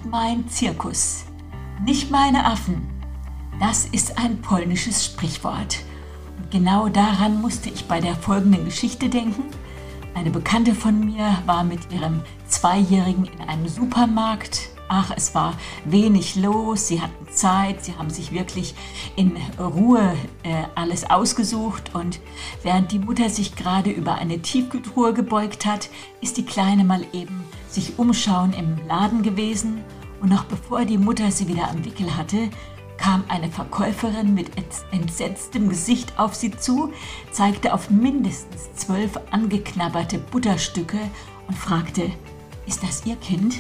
mein Zirkus, nicht meine Affen. Das ist ein polnisches Sprichwort. Und genau daran musste ich bei der folgenden Geschichte denken. Eine Bekannte von mir war mit ihrem Zweijährigen in einem Supermarkt. Ach, es war wenig los, sie hatten Zeit, sie haben sich wirklich in Ruhe alles ausgesucht. Und während die Mutter sich gerade über eine Tiefkühltruhe gebeugt hat, ist die Kleine mal eben sich umschauen im Laden gewesen. Und noch bevor die Mutter sie wieder am Wickel hatte, kam eine Verkäuferin mit entsetztem Gesicht auf sie zu, zeigte auf mindestens 12 angeknabberte Butterstücke und fragte: Ist das Ihr Kind?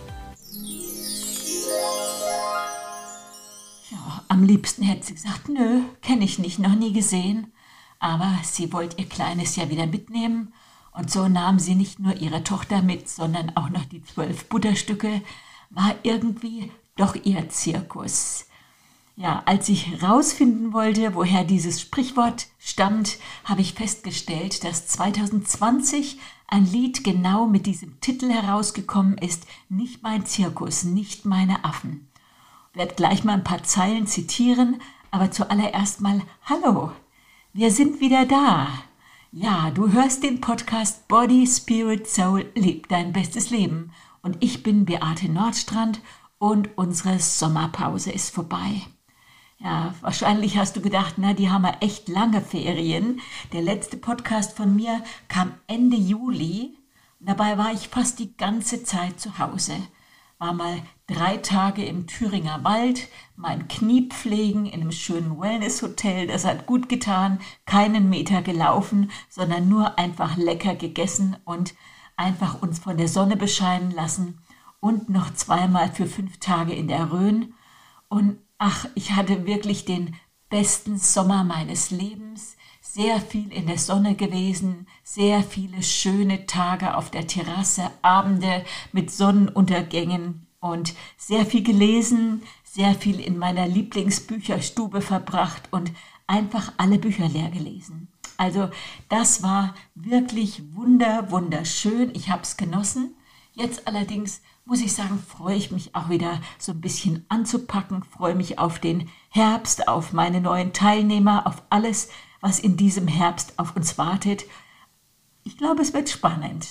Ja, am liebsten hätte sie gesagt: Nö, kenne ich nicht, noch nie gesehen. Aber sie wollte ihr Kleines ja wieder mitnehmen. Und so nahm sie nicht nur ihre Tochter mit, sondern auch noch die 12 Butterstücke. War irgendwie doch ihr Zirkus. Ja, als ich herausfinden wollte, woher dieses Sprichwort stammt, habe ich festgestellt, dass 2020 ein Lied genau mit diesem Titel herausgekommen ist: Nicht mein Zirkus, nicht meine Affen. Ich werde gleich mal ein paar Zeilen zitieren, aber zuallererst mal Hallo, wir sind wieder da. Ja, du hörst den Podcast Body, Spirit, Soul, leb dein bestes Leben. Und ich bin Beate Nordstrand und unsere Sommerpause ist vorbei. Ja, wahrscheinlich hast du gedacht, na, die haben ja echt lange Ferien. Der letzte Podcast von mir kam Ende Juli. Und dabei war ich fast die ganze Zeit zu Hause. War mal 3 Tage im Thüringer Wald, mein Knie pflegen in einem schönen Wellness-Hotel. Das hat gut getan, keinen Meter gelaufen, sondern nur einfach lecker gegessen und einfach uns von der Sonne bescheinen lassen. Und noch 2-mal für 5 Tage in der Rhön. Und ach, ich hatte wirklich den besten Sommer meines Lebens, sehr viel in der Sonne gewesen, sehr viele schöne Tage auf der Terrasse, Abende mit Sonnenuntergängen und sehr viel gelesen, sehr viel in meiner Lieblingsbücherstube verbracht und einfach alle Bücher leer gelesen. Also das war wirklich wunderschön, ich habe es genossen. Jetzt allerdings muss ich sagen, freue ich mich auch wieder so ein bisschen anzupacken, freue mich auf den Herbst, auf meine neuen Teilnehmer, auf alles, was in diesem Herbst auf uns wartet. Ich glaube, es wird spannend.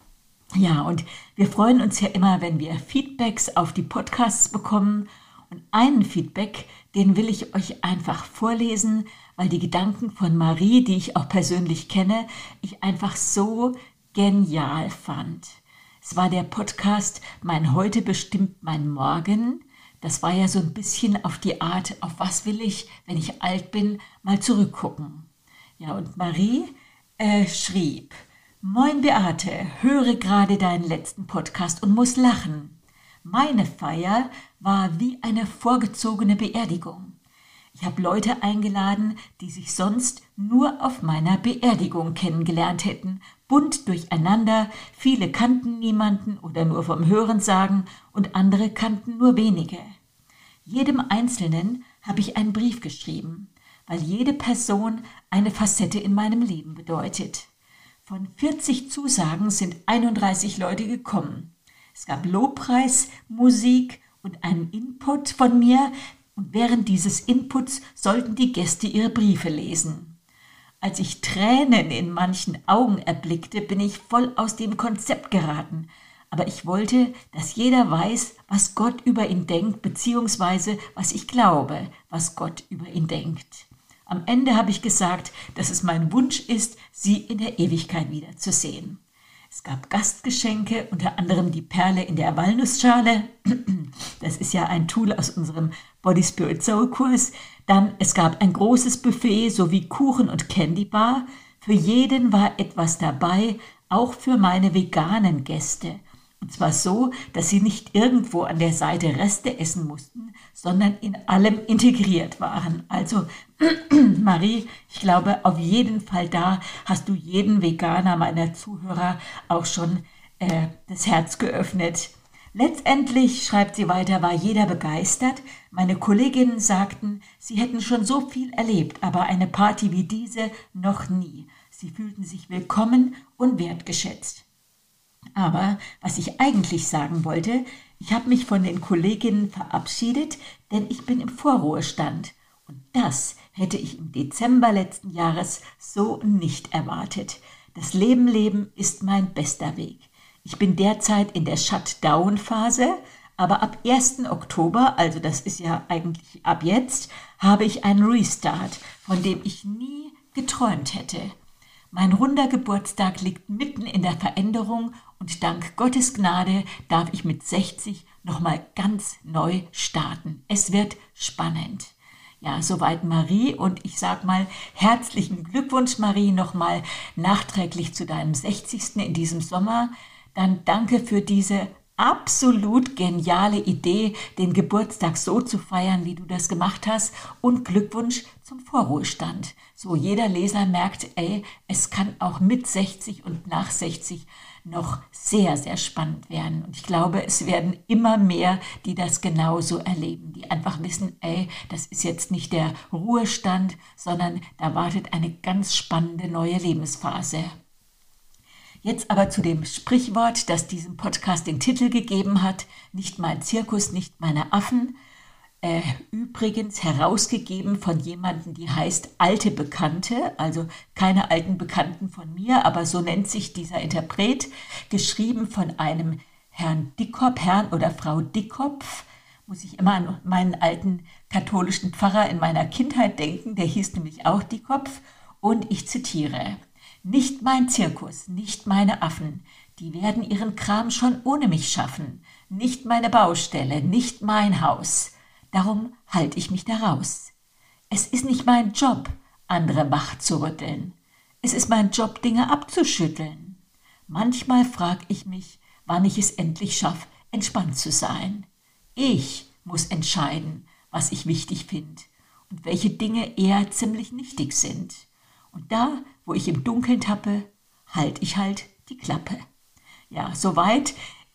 Ja, und wir freuen uns ja immer, wenn wir Feedbacks auf die Podcasts bekommen. Und einen Feedback, den will ich euch einfach vorlesen, weil die Gedanken von Marie, die ich auch persönlich kenne, ich einfach so genial fand. Es war der Podcast Mein Heute bestimmt mein Morgen. Das war ja so ein bisschen auf die Art, auf was will ich, wenn ich alt bin, mal zurückgucken. Ja, und Marie schrieb: Moin Beate, höre gerade deinen letzten Podcast und muss lachen. Meine Feier war wie eine vorgezogene Beerdigung. Ich habe Leute eingeladen, die sich sonst nur auf meiner Beerdigung kennengelernt hätten. Bunt durcheinander, viele kannten niemanden oder nur vom Hörensagen und andere kannten nur wenige. Jedem Einzelnen habe ich einen Brief geschrieben, weil jede Person eine Facette in meinem Leben bedeutet. Von 40 Zusagen sind 31 Leute gekommen. Es gab Lobpreis, Musik und einen Input von mir, und während dieses Inputs sollten die Gäste ihre Briefe lesen. Als ich Tränen in manchen Augen erblickte, bin ich voll aus dem Konzept geraten. Aber ich wollte, dass jeder weiß, was Gott über ihn denkt, beziehungsweise was ich glaube, was Gott über ihn denkt. Am Ende habe ich gesagt, dass es mein Wunsch ist, sie in der Ewigkeit wiederzusehen. Es gab Gastgeschenke, unter anderem die Perle in der Walnussschale. Das ist ja ein Tool aus unserem Body Spirit Soul Kurs. Dann, es gab ein großes Buffet sowie Kuchen und Candy Bar. Für jeden war etwas dabei, auch für meine veganen Gäste. Und zwar so, dass sie nicht irgendwo an der Seite Reste essen mussten, sondern in allem integriert waren. Also Marie, ich glaube, auf jeden Fall da hast du jeden Veganer meiner Zuhörer auch schon das Herz geöffnet. Letztendlich, schreibt sie weiter, war jeder begeistert. Meine Kolleginnen sagten, sie hätten schon so viel erlebt, aber eine Party wie diese noch nie. Sie fühlten sich willkommen und wertgeschätzt. Aber was ich eigentlich sagen wollte, Ich habe mich von den Kolleginnen verabschiedet, denn ich bin im Vorruhestand. Und das hätte ich im Dezember letzten Jahres so nicht erwartet. Das Leben ist mein bester Weg. Ich bin derzeit in der Shutdown-Phase, aber ab 1. Oktober, also das ist ja eigentlich ab jetzt, habe ich einen Restart, von dem ich nie geträumt hätte. Mein runder Geburtstag liegt mitten in der Veränderung und dank Gottes Gnade darf ich mit 60 nochmal ganz neu starten. Es wird spannend. Ja, soweit Marie, und ich sag mal herzlichen Glückwunsch Marie nochmal nachträglich zu deinem 60. in diesem Sommer. Dann danke für diese absolut geniale Idee, den Geburtstag so zu feiern, wie du das gemacht hast, und Glückwunsch zum Vorruhestand. So jeder Leser merkt, es kann auch mit 60 und nach 60 noch sehr, sehr spannend werden. Und ich glaube, es werden immer mehr, die das genauso erleben, die einfach wissen, das ist jetzt nicht der Ruhestand, sondern da wartet eine ganz spannende neue Lebensphase. Jetzt aber zu dem Sprichwort, das diesem Podcast den Titel gegeben hat, nicht mein Zirkus, nicht meine Affen. Übrigens herausgegeben von jemandem, die heißt Alte Bekannte, also keine alten Bekannten von mir, aber so nennt sich dieser Interpret, geschrieben von einem Herrn Dickkopf, Herrn oder Frau Dickkopf. Muss ich immer an meinen alten katholischen Pfarrer in meiner Kindheit denken, der hieß nämlich auch Dickkopf, und ich zitiere: Nicht mein Zirkus, nicht meine Affen, die werden ihren Kram schon ohne mich schaffen. Nicht meine Baustelle, nicht mein Haus. Darum halte ich mich da raus. Es ist nicht mein Job, andere wach zu rütteln. Es ist mein Job, Dinge abzuschütteln. Manchmal frage ich mich, wann ich es endlich schaffe, entspannt zu sein. Ich muss entscheiden, was ich wichtig finde und welche Dinge eher ziemlich nichtig sind. Und da, wo ich im Dunkeln tappe, halte ich halt die Klappe. Ja, soweit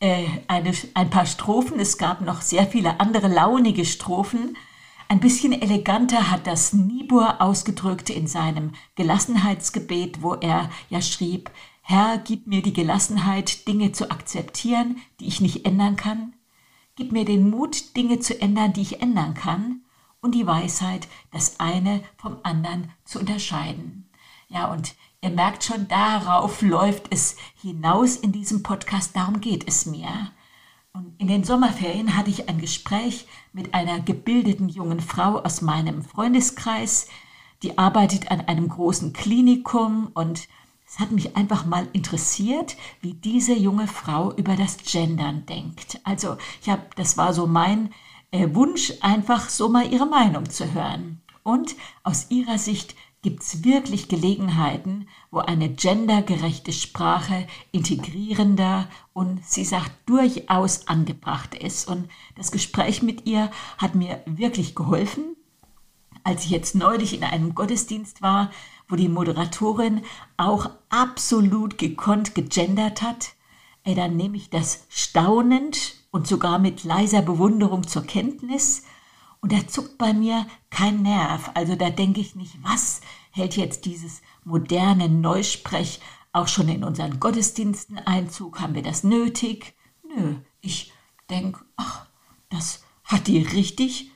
ein paar Strophen. Es gab noch sehr viele andere launige Strophen. Ein bisschen eleganter hat das Niebuhr ausgedrückt in seinem Gelassenheitsgebet, wo er ja schrieb: Herr, gib mir die Gelassenheit, Dinge zu akzeptieren, die ich nicht ändern kann. Gib mir den Mut, Dinge zu ändern, die ich ändern kann. Und die Weisheit, das eine vom anderen zu unterscheiden. Ja, und ihr merkt schon, darauf läuft es hinaus in diesem Podcast, darum geht es mir. Und in den Sommerferien hatte ich ein Gespräch mit einer gebildeten jungen Frau aus meinem Freundeskreis, die arbeitet an einem großen Klinikum, und es hat mich einfach mal interessiert, wie diese junge Frau über das Gendern denkt. Also das war so mein Wunsch, einfach so mal ihre Meinung zu hören. Und aus ihrer Sicht gibt es wirklich Gelegenheiten, wo eine gendergerechte Sprache integrierender und, sie sagt, durchaus angebracht ist. Und das Gespräch mit ihr hat mir wirklich geholfen. Als ich jetzt neulich in einem Gottesdienst war, wo die Moderatorin auch absolut gekonnt gegendert hat, dann nehme ich das staunend und sogar mit leiser Bewunderung zur Kenntnis. Und da zuckt bei mir kein Nerv. Also da denke ich nicht, was hält jetzt dieses moderne Neusprech auch schon in unseren Gottesdiensten Einzug? Haben wir das nötig? Nö, ich denke, das hat die richtig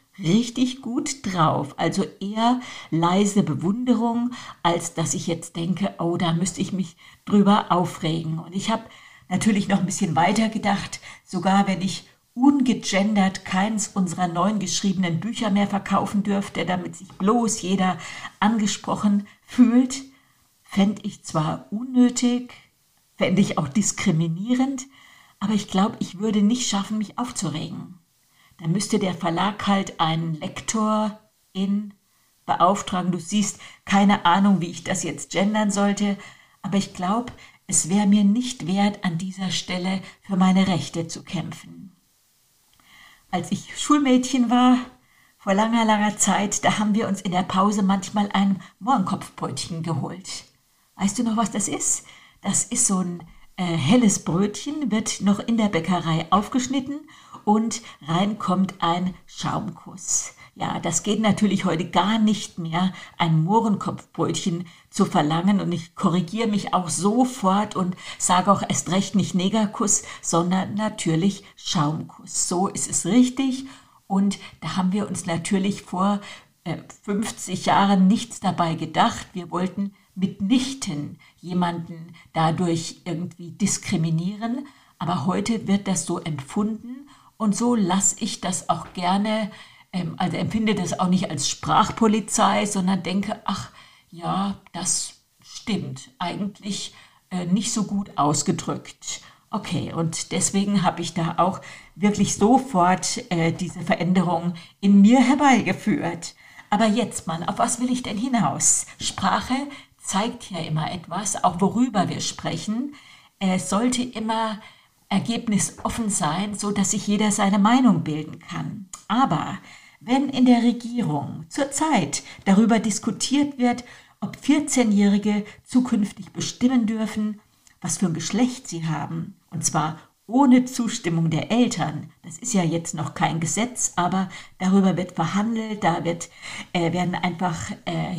gut drauf. Also eher leise Bewunderung, als dass ich jetzt denke, da müsste ich mich drüber aufregen. Und ich habe natürlich noch ein bisschen weiter gedacht, sogar wenn ich ungegendert keins unserer 9 geschriebenen Bücher mehr verkaufen dürfte, damit sich bloß jeder angesprochen fühlt, fände ich zwar unnötig, fände ich auch diskriminierend, aber ich glaube, ich würde nicht schaffen, mich aufzuregen. Da müsste der Verlag halt einen Lektor beauftragen. Du siehst, keine Ahnung, wie ich das jetzt gendern sollte, aber ich glaube, es wäre mir nicht wert, an dieser Stelle für meine Rechte zu kämpfen. Als ich Schulmädchen war, vor langer Zeit, da haben wir uns in der Pause manchmal ein Mohrenkopfbrötchen geholt. Weißt du noch, was das ist? Das ist so ein helles Brötchen, wird noch in der Bäckerei aufgeschnitten und rein kommt ein Schaumkuss. Ja, das geht natürlich heute gar nicht mehr, ein Mohrenkopfbrötchen zu verlangen. Und ich korrigiere mich auch sofort und sage auch erst recht nicht Negerkuss, sondern natürlich Schaumkuss. So ist es richtig. Und da haben wir uns natürlich vor 50 Jahren nichts dabei gedacht. Wir wollten mitnichten jemanden dadurch irgendwie diskriminieren. Aber heute wird das so empfunden und so lasse ich das auch gerne, also empfinde das auch nicht als Sprachpolizei, sondern denke, ach ja, das stimmt, eigentlich nicht so gut ausgedrückt. Okay, und deswegen habe ich da auch wirklich sofort diese Veränderung in mir herbeigeführt. Aber jetzt mal, auf was will ich denn hinaus? Sprache zeigt ja immer etwas, auch worüber wir sprechen. Es sollte immer ergebnisoffen sein, so dass sich jeder seine Meinung bilden kann. Aber wenn in der Regierung zurzeit darüber diskutiert wird, ob 14-Jährige zukünftig bestimmen dürfen, was für ein Geschlecht sie haben, und zwar ohne Zustimmung der Eltern, das ist ja jetzt noch kein Gesetz, aber darüber wird verhandelt, da werden einfach,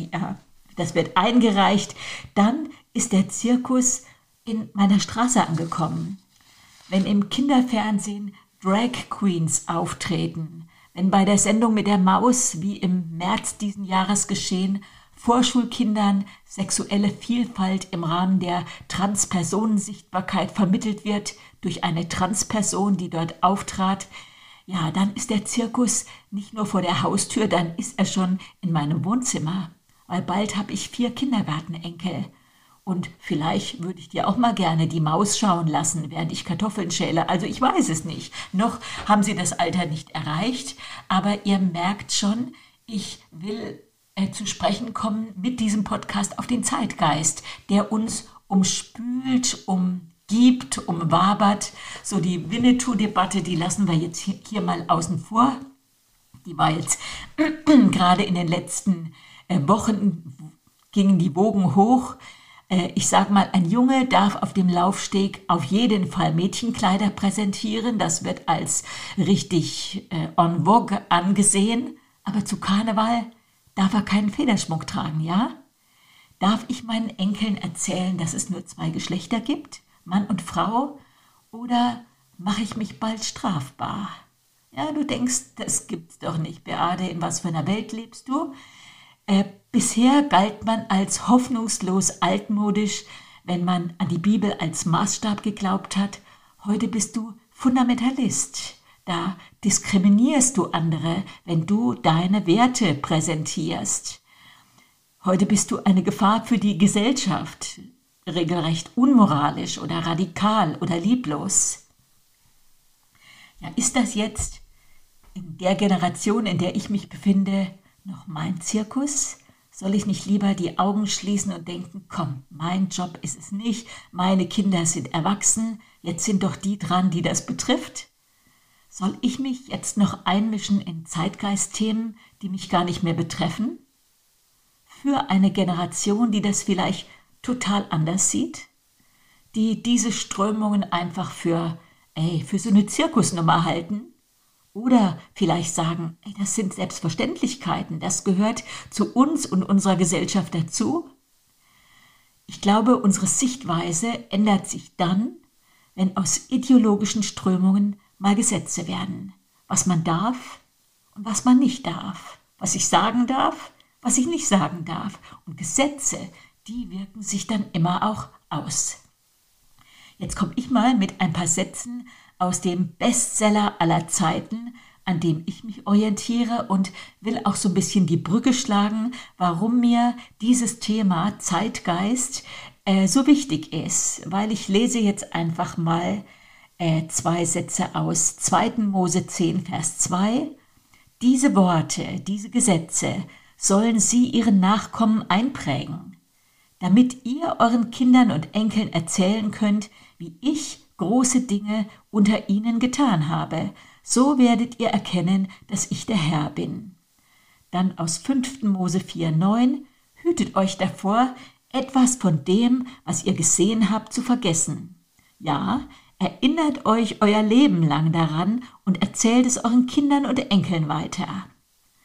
das wird eingereicht, dann ist der Zirkus in meiner Straße angekommen. Wenn im Kinderfernsehen Drag Queens auftreten, wenn bei der Sendung mit der Maus, wie im März diesen Jahres geschehen, Vorschulkindern sexuelle Vielfalt im Rahmen der Transpersonensichtbarkeit vermittelt wird durch eine Transperson, die dort auftrat, ja, dann ist der Zirkus nicht nur vor der Haustür, dann ist er schon in meinem Wohnzimmer, weil bald habe ich 4 Kindergartenenkel. Und vielleicht würde ich dir auch mal gerne die Maus schauen lassen, während ich Kartoffeln schäle. Also ich weiß es nicht. Noch haben sie das Alter nicht erreicht. Aber ihr merkt schon, ich will zu sprechen kommen mit diesem Podcast auf den Zeitgeist, der uns umspült, umgibt, umwabert. So die Winnetou-Debatte, die lassen wir jetzt hier mal außen vor. Die war jetzt gerade in den letzten Wochen, gingen die Wogen hoch. Ich sage mal, ein Junge darf auf dem Laufsteg auf jeden Fall Mädchenkleider präsentieren. Das wird als richtig en vogue angesehen. Aber zu Karneval darf er keinen Federschmuck tragen, ja? Darf ich meinen Enkeln erzählen, dass es nur 2 Geschlechter gibt, Mann und Frau? Oder mache ich mich bald strafbar? Ja, du denkst, das gibt's doch nicht, Beate, in was für einer Welt lebst du? Bisher galt man als hoffnungslos altmodisch, wenn man an die Bibel als Maßstab geglaubt hat. Heute bist du Fundamentalist. Da diskriminierst du andere, wenn du deine Werte präsentierst. Heute bist du eine Gefahr für die Gesellschaft, regelrecht unmoralisch oder radikal oder lieblos. Ja, ist das jetzt in der Generation, in der ich mich befinde, noch mein Zirkus? Soll ich nicht lieber die Augen schließen und denken, komm, mein Job ist es nicht, meine Kinder sind erwachsen, jetzt sind doch die dran, die das betrifft? Soll ich mich jetzt noch einmischen in Zeitgeistthemen, die mich gar nicht mehr betreffen? Für eine Generation, die das vielleicht total anders sieht? Die diese Strömungen einfach für so eine Zirkusnummer halten? Oder vielleicht sagen, das sind Selbstverständlichkeiten, das gehört zu uns und unserer Gesellschaft dazu. Ich glaube, unsere Sichtweise ändert sich dann, wenn aus ideologischen Strömungen mal Gesetze werden. Was man darf und was man nicht darf. Was ich sagen darf, was ich nicht sagen darf. Und Gesetze, die wirken sich dann immer auch aus. Jetzt komme ich mal mit ein paar Sätzen aus dem Bestseller aller Zeiten, an dem ich mich orientiere und will auch so ein bisschen die Brücke schlagen, warum mir dieses Thema Zeitgeist so wichtig ist. Weil ich lese jetzt einfach mal 2 Sätze aus 2. Mose 10, Vers 2. Diese Worte, diese Gesetze sollen sie ihren Nachkommen einprägen, damit ihr euren Kindern und Enkeln erzählen könnt, wie ich große Dinge unter ihnen getan habe. So werdet ihr erkennen, dass ich der Herr bin. Dann aus 5. Mose 4,9: Hütet euch davor, etwas von dem, was ihr gesehen habt, zu vergessen. Ja, erinnert euch euer Leben lang daran und erzählt es euren Kindern und Enkeln weiter.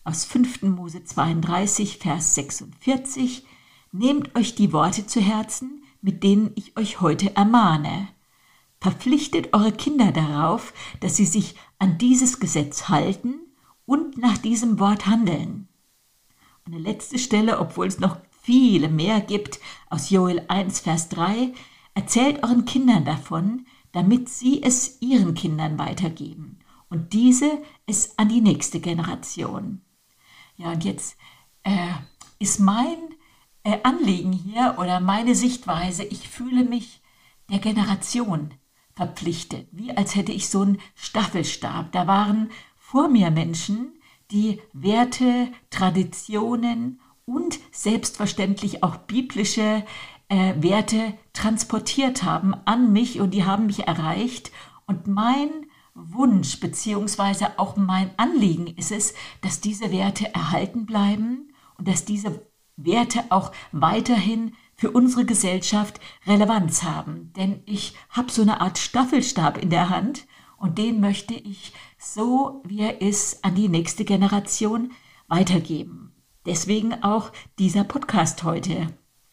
aus 5. Mose 32, Vers 46: Nehmt euch die Worte zu Herzen, mit denen ich euch heute ermahne. Verpflichtet eure Kinder darauf, dass sie sich an dieses Gesetz halten und nach diesem Wort handeln. Und eine letzte Stelle, obwohl es noch viele mehr gibt, aus Joel 1, Vers 3: Erzählt euren Kindern davon, damit sie es ihren Kindern weitergeben und diese es an die nächste Generation. Ja, und jetzt ist mein Anliegen hier oder meine Sichtweise, ich fühle mich der Generation verpflichtet, wie als hätte ich so einen Staffelstab. Da waren vor mir Menschen, die Werte, Traditionen und selbstverständlich auch biblische Werte transportiert haben an mich und die haben mich erreicht. Und mein Wunsch bzw. auch mein Anliegen ist es, dass diese Werte erhalten bleiben und dass diese Werte auch weiterhin für unsere Gesellschaft Relevanz haben. Denn ich habe so eine Art Staffelstab in der Hand und den möchte ich so, wie er ist, an die nächste Generation weitergeben. Deswegen auch dieser Podcast heute.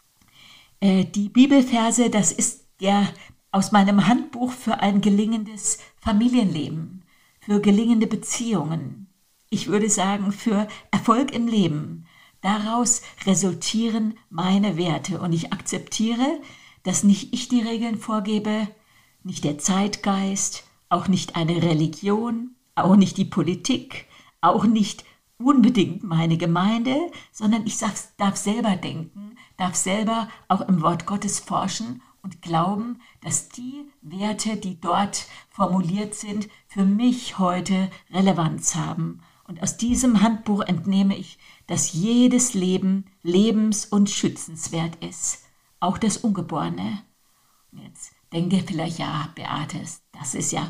Die Bibelverse, das ist der aus meinem Handbuch für ein gelingendes Familienleben, für gelingende Beziehungen. Ich würde sagen, für Erfolg im Leben. Daraus resultieren meine Werte und ich akzeptiere, dass nicht ich die Regeln vorgebe, nicht der Zeitgeist, auch nicht eine Religion, auch nicht die Politik, auch nicht unbedingt meine Gemeinde, sondern ich darf selber denken, darf selber auch im Wort Gottes forschen und glauben, dass die Werte, die dort formuliert sind, für mich heute Relevanz haben. Und aus diesem Handbuch entnehme ich, dass jedes Leben lebens- und schützenswert ist, auch das Ungeborene. Und jetzt denkt ihr vielleicht, ja, Beate, das ist ja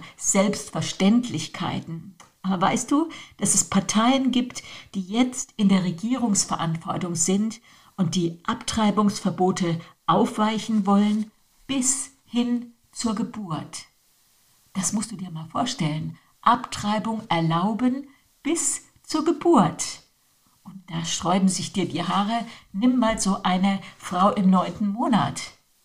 Selbstverständlichkeiten. Aber weißt du, dass es Parteien gibt, die jetzt in der Regierungsverantwortung sind und die Abtreibungsverbote aufweichen wollen bis hin zur Geburt? Das musst du dir mal vorstellen. Abtreibung erlauben bis zur Geburt. Und da sträuben sich dir die Haare. Nimm mal so eine Frau im 9. Monat.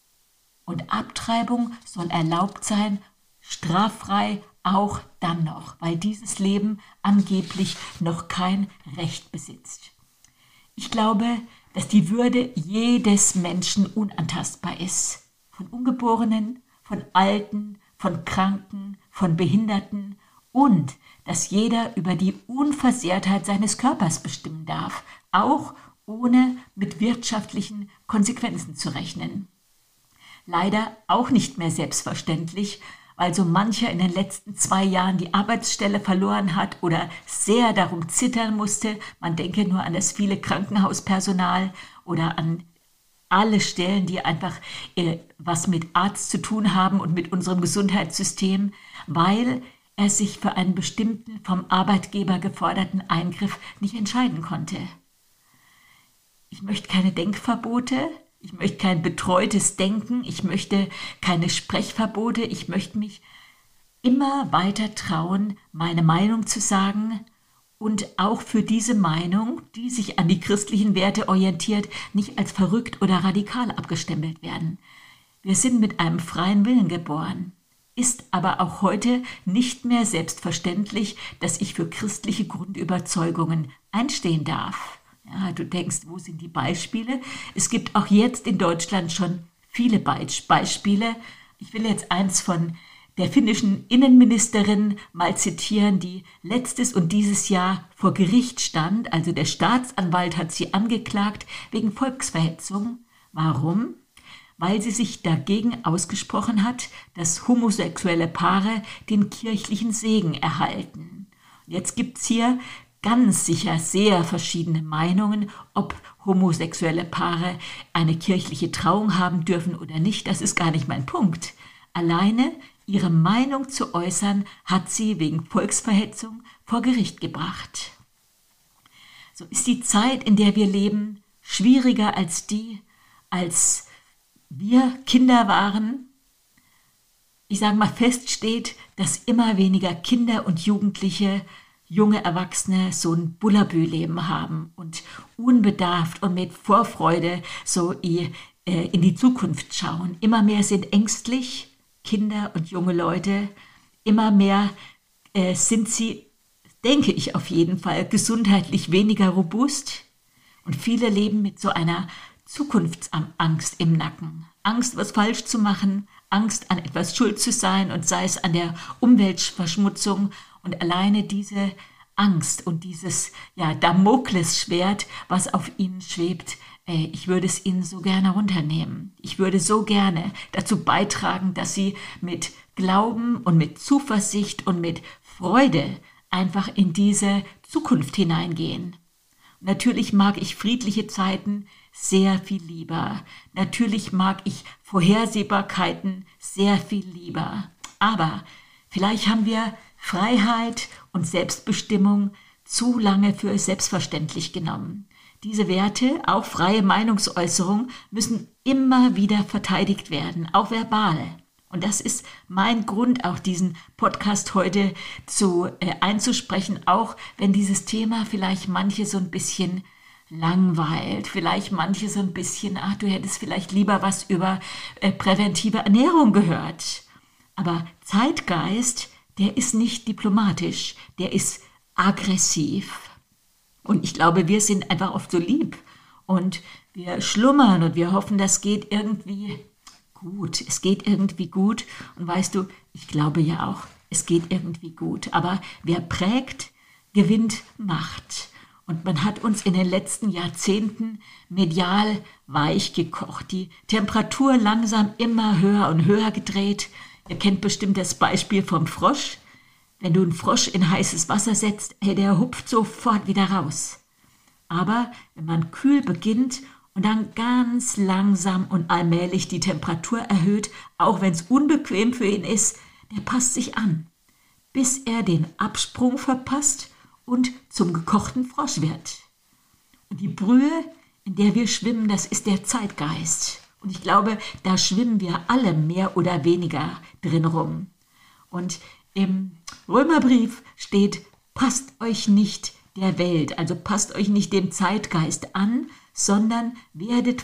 Und Abtreibung soll erlaubt sein, straffrei auch dann noch, weil dieses Leben angeblich noch kein Recht besitzt. Ich glaube, dass die Würde jedes Menschen unantastbar ist. Von Ungeborenen, von Alten, von Kranken, von Behinderten und dass jeder über die Unversehrtheit seines Körpers bestimmen darf, auch ohne mit wirtschaftlichen Konsequenzen zu rechnen. Leider auch nicht mehr selbstverständlich, weil so mancher in den letzten 2 Jahren die Arbeitsstelle verloren hat oder sehr darum zittern musste. Man denke nur an das viele Krankenhauspersonal oder an alle Stellen, die einfach was mit Arzt zu tun haben und mit unserem Gesundheitssystem, weil er sich für einen bestimmten vom Arbeitgeber geforderten Eingriff nicht entscheiden konnte. Ich möchte keine Denkverbote, ich möchte kein betreutes Denken, ich möchte keine Sprechverbote, ich möchte mich immer weiter trauen, meine Meinung zu sagen und auch für diese Meinung, die sich an die christlichen Werte orientiert, nicht als verrückt oder radikal abgestempelt werden. Wir sind mit einem freien Willen geboren. Ist aber auch heute nicht mehr selbstverständlich, dass ich für christliche Grundüberzeugungen einstehen darf. Ja, du denkst, wo sind die Beispiele? Es gibt auch jetzt in Deutschland schon viele Beispiele. Ich will jetzt eins von der finnischen Innenministerin mal zitieren, die letztes und dieses Jahr vor Gericht stand. Also der Staatsanwalt hat sie angeklagt wegen Volksverhetzung. Warum? Weil sie sich dagegen ausgesprochen hat, dass homosexuelle Paare den kirchlichen Segen erhalten. Jetzt gibt es hier ganz sicher sehr verschiedene Meinungen, ob homosexuelle Paare eine kirchliche Trauung haben dürfen oder nicht. Das ist gar nicht mein Punkt. Alleine ihre Meinung zu äußern, hat sie wegen Volksverhetzung vor Gericht gebracht. So ist die Zeit, in der wir leben, schwieriger als die, als wir Kinder waren. Ich sage mal, feststeht, dass immer weniger Kinder und Jugendliche junge Erwachsene so ein Bullabü-Leben haben und unbedarft und mit Vorfreude so in die Zukunft schauen. Immer mehr sind ängstlich, Kinder und junge Leute. Immer mehr sind sie, denke ich auf jeden Fall, gesundheitlich weniger robust. Und viele leben mit so einer Zukunftsangst im Nacken. Angst, was falsch zu machen, Angst, an etwas schuld zu sein und sei es an der Umweltverschmutzung. Und alleine diese Angst und dieses Damoklesschwert, was auf ihnen schwebt, ich würde es ihnen so gerne runternehmen. Ich würde so gerne dazu beitragen, dass sie mit Glauben und mit Zuversicht und mit Freude einfach in diese Zukunft hineingehen. Natürlich mag ich friedliche Zeiten sehr viel lieber. Natürlich mag ich Vorhersehbarkeiten sehr viel lieber. Aber vielleicht haben wir Freiheit und Selbstbestimmung zu lange für selbstverständlich genommen. Diese Werte, auch freie Meinungsäußerung, müssen immer wieder verteidigt werden, auch verbal. Und das ist mein Grund, auch diesen Podcast heute einzusprechen, auch wenn dieses Thema vielleicht manche so ein bisschen langweilt, vielleicht manche so ein bisschen, du hättest vielleicht lieber was über präventive Ernährung gehört. Aber Zeitgeist, der ist nicht diplomatisch, der ist aggressiv. Und ich glaube, wir sind einfach oft so lieb und wir schlummern und wir hoffen, das geht irgendwie gut. Es geht irgendwie gut. Und weißt du, ich glaube ja auch, es geht irgendwie gut. Aber wer prägt, gewinnt Macht. Und man hat uns in den letzten Jahrzehnten medial weich gekocht. Die Temperatur langsam immer höher und höher gedreht. Ihr kennt bestimmt das Beispiel vom Frosch. Wenn du einen Frosch in heißes Wasser setzt, der hupft sofort wieder raus. Aber wenn man kühl beginnt und dann ganz langsam und allmählich die Temperatur erhöht, auch wenn es unbequem für ihn ist, der passt sich an, bis er den Absprung verpasst und zum gekochten Frosch wird. Und die Brühe, in der wir schwimmen, das ist der Zeitgeist. Und ich glaube, da schwimmen wir alle mehr oder weniger drin rum. Und im Römerbrief steht, passt euch nicht der Welt, also passt euch nicht dem Zeitgeist an, sondern werdet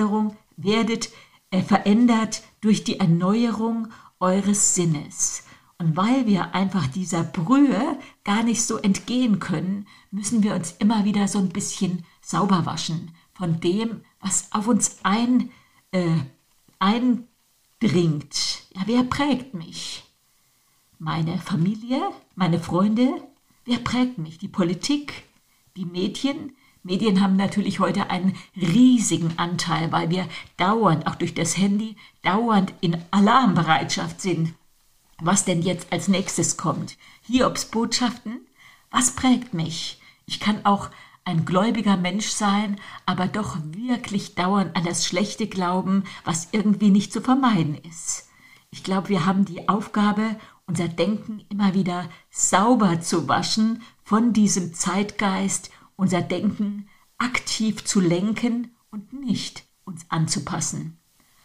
verändert durch die Erneuerung eures Sinnes. Und weil wir einfach dieser Brühe gar nicht so entgehen können, müssen wir uns immer wieder so ein bisschen sauber waschen von dem, was auf uns eindringt. Ja, wer prägt mich? Meine Familie, meine Freunde, wer prägt mich? Die Politik, die Medien. Medien haben natürlich heute einen riesigen Anteil, weil wir dauernd, auch durch das Handy, dauernd in Alarmbereitschaft sind. Was denn jetzt als nächstes kommt? Hiobsbotschaften? Was prägt mich? Ich kann auch ein gläubiger Mensch sein, aber doch wirklich dauernd an das Schlechte glauben, was irgendwie nicht zu vermeiden ist. Ich glaube, wir haben die Aufgabe, unser Denken immer wieder sauber zu waschen von diesem Zeitgeist, unser Denken aktiv zu lenken und nicht uns anzupassen.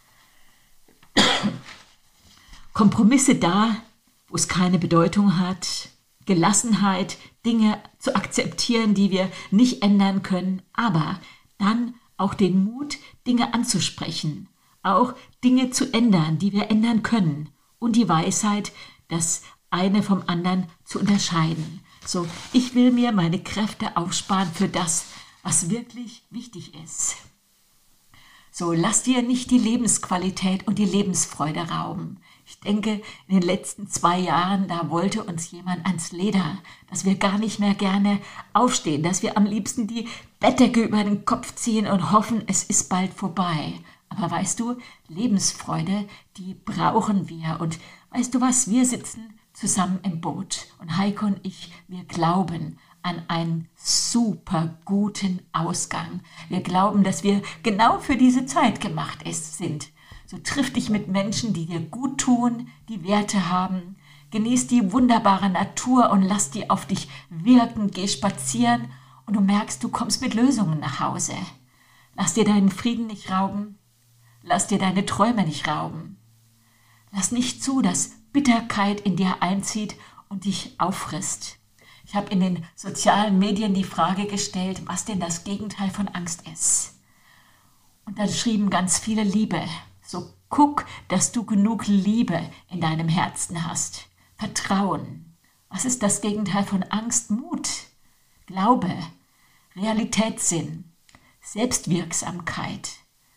Kompromisse da, wo es keine Bedeutung hat, Gelassenheit, Dinge zu akzeptieren, die wir nicht ändern können, aber dann auch den Mut, Dinge anzusprechen, auch Dinge zu ändern, die wir ändern können und die Weisheit, das eine vom anderen zu unterscheiden. So, ich will mir meine Kräfte aufsparen für das, was wirklich wichtig ist. So, lass dir nicht die Lebensqualität und die Lebensfreude rauben. Ich denke, in den letzten 2 Jahren, da wollte uns jemand ans Leder, dass wir gar nicht mehr gerne aufstehen, dass wir am liebsten die Bettdecke über den Kopf ziehen und hoffen, es ist bald vorbei. Aber weißt du, Lebensfreude, die brauchen wir. Und weißt du was, wir sitzen zusammen im Boot. Und Heiko und ich, wir glauben an einen super guten Ausgang. Wir glauben, dass wir genau für diese Zeit gemacht sind. So triff dich mit Menschen, die dir gut tun, die Werte haben. Genieß die wunderbare Natur und lass die auf dich wirken. Geh spazieren und du merkst, du kommst mit Lösungen nach Hause. Lass dir deinen Frieden nicht rauben. Lass dir deine Träume nicht rauben. Lass nicht zu, dass Bitterkeit in dir einzieht und dich auffrisst. Ich habe in den sozialen Medien die Frage gestellt, was denn das Gegenteil von Angst ist. Und dann schrieben ganz viele Liebe. So guck, dass du genug Liebe in deinem Herzen hast. Vertrauen. Was ist das Gegenteil von Angst? Mut. Glaube. Realitätssinn. Selbstwirksamkeit.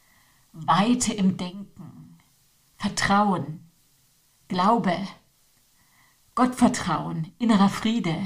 Weite im Denken. Vertrauen. Glaube. Gottvertrauen. Innerer Friede.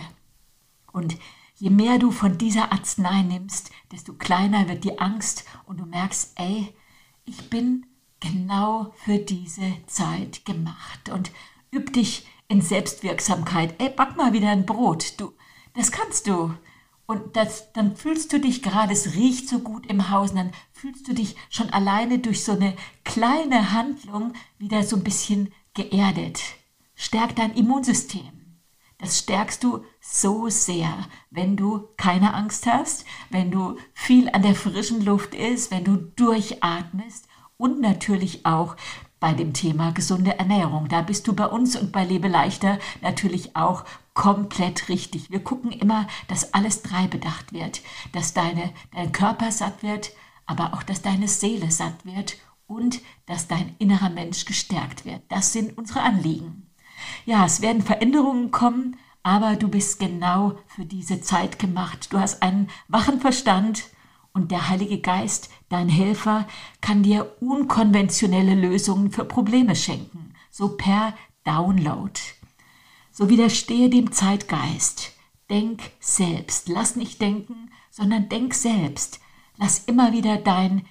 Und je mehr du von dieser Arznei nimmst, desto kleiner wird die Angst und du merkst, ey, ich bin genau für diese Zeit gemacht. Und üb dich in Selbstwirksamkeit. Ey, back mal wieder ein Brot. Das kannst du. Und dann fühlst du dich gerade, es riecht so gut im Haus, und dann fühlst du dich schon alleine durch so eine kleine Handlung wieder so ein bisschen geerdet. Stärk dein Immunsystem. Das stärkst du so sehr, wenn du keine Angst hast, wenn du viel an der frischen Luft isst, wenn du durchatmest und natürlich auch bei dem Thema gesunde Ernährung. Da bist du bei uns und bei Lebe leichter natürlich auch komplett richtig. Wir gucken immer, dass alles drei bedacht wird, dass dein Körper satt wird, aber auch, dass deine Seele satt wird und dass dein innerer Mensch gestärkt wird. Das sind unsere Anliegen. Ja, es werden Veränderungen kommen, aber du bist genau für diese Zeit gemacht. Du hast einen wachen Verstand und der Heilige Geist, dein Helfer, kann dir unkonventionelle Lösungen für Probleme schenken, so per Download. So widerstehe dem Zeitgeist. Denk selbst. Lass nicht denken, sondern denk selbst. Lass immer wieder dein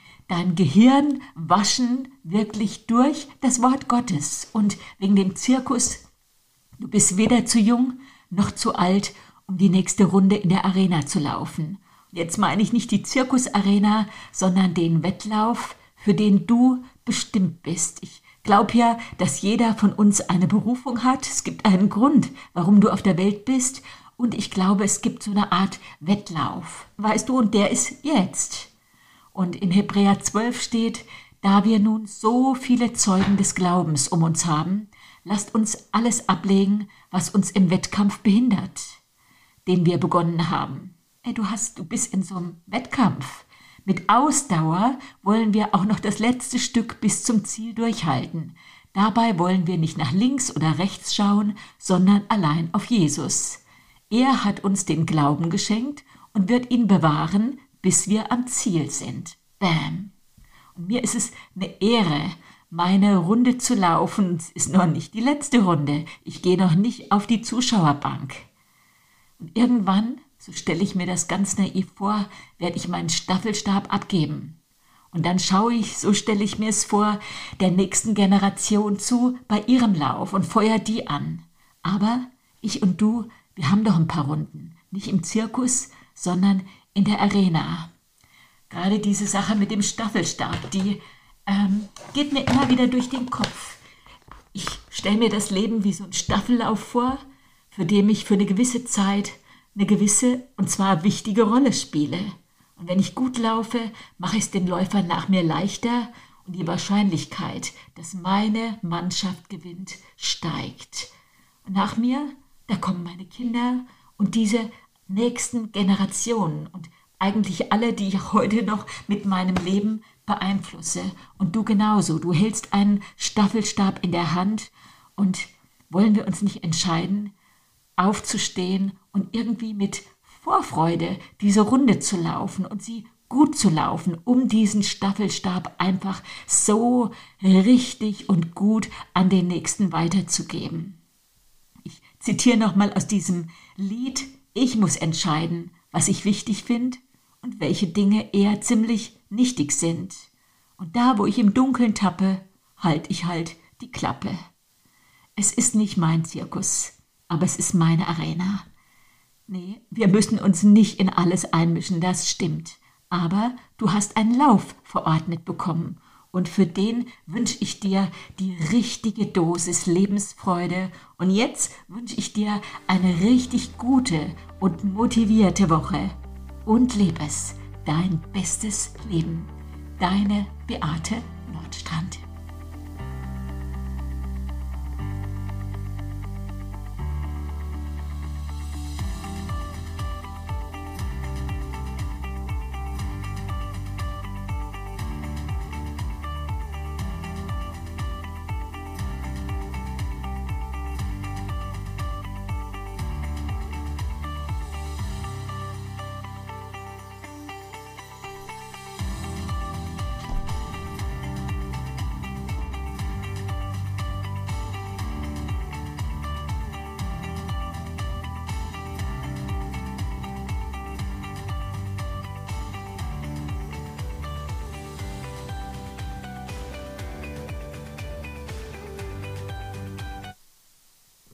Gehirn waschen, wirklich durch das Wort Gottes. Und wegen dem Zirkus, du bist weder zu jung noch zu alt, um die nächste Runde in der Arena zu laufen. Und jetzt meine ich nicht die Zirkusarena, sondern den Wettlauf, für den du bestimmt bist. Ich glaube ja, dass jeder von uns eine Berufung hat. Es gibt einen Grund, warum du auf der Welt bist. Und ich glaube, es gibt so eine Art Wettlauf. Weißt du, und der ist jetzt. Und in Hebräer 12 steht, da wir nun so viele Zeugen des Glaubens um uns haben, lasst uns alles ablegen, was uns im Wettkampf behindert, den wir begonnen haben. Ey, du bist in so einem Wettkampf. Mit Ausdauer wollen wir auch noch das letzte Stück bis zum Ziel durchhalten. Dabei wollen wir nicht nach links oder rechts schauen, sondern allein auf Jesus. Er hat uns den Glauben geschenkt und wird ihn bewahren, bis wir am Ziel sind. Bam. Und mir ist es eine Ehre, meine Runde zu laufen. Es ist noch nicht die letzte Runde. Ich gehe noch nicht auf die Zuschauerbank. Und irgendwann, so stelle ich mir das ganz naiv vor, werde ich meinen Staffelstab abgeben. Und dann schaue ich, so stelle ich mir es vor, der nächsten Generation zu bei ihrem Lauf und feuer die an. Aber ich und du, wir haben doch ein paar Runden. Nicht im Zirkus, sondern in der Arena. Gerade diese Sache mit dem Staffelstab, die geht mir immer wieder durch den Kopf. Ich stelle mir das Leben wie so ein Staffellauf vor, für den ich für eine gewisse Zeit eine gewisse, und zwar wichtige Rolle spiele. Und wenn ich gut laufe, mache ich es den Läufern nach mir leichter und die Wahrscheinlichkeit, dass meine Mannschaft gewinnt, steigt. Und nach mir, da kommen meine Kinder und diese nächsten Generationen und eigentlich alle, die ich heute noch mit meinem Leben beeinflusse. Und du genauso. Du hältst einen Staffelstab in der Hand und wollen wir uns nicht entscheiden, aufzustehen und irgendwie mit Vorfreude diese Runde zu laufen und sie gut zu laufen, um diesen Staffelstab einfach so richtig und gut an den Nächsten weiterzugeben. Ich zitiere nochmal aus diesem Lied: Ich muss entscheiden, was ich wichtig finde und welche Dinge eher ziemlich nichtig sind. Und da, wo ich im Dunkeln tappe, halt ich die Klappe. Es ist nicht mein Zirkus, aber es ist meine Arena. Nee, wir müssen uns nicht in alles einmischen, das stimmt. Aber du hast einen Lauf verordnet bekommen und für den wünsche ich dir die richtige Dosis Lebensfreude. Und jetzt wünsche ich dir eine richtig gute und motivierte Woche. Und lebe es, dein bestes Leben. Deine Beate Nordstrand.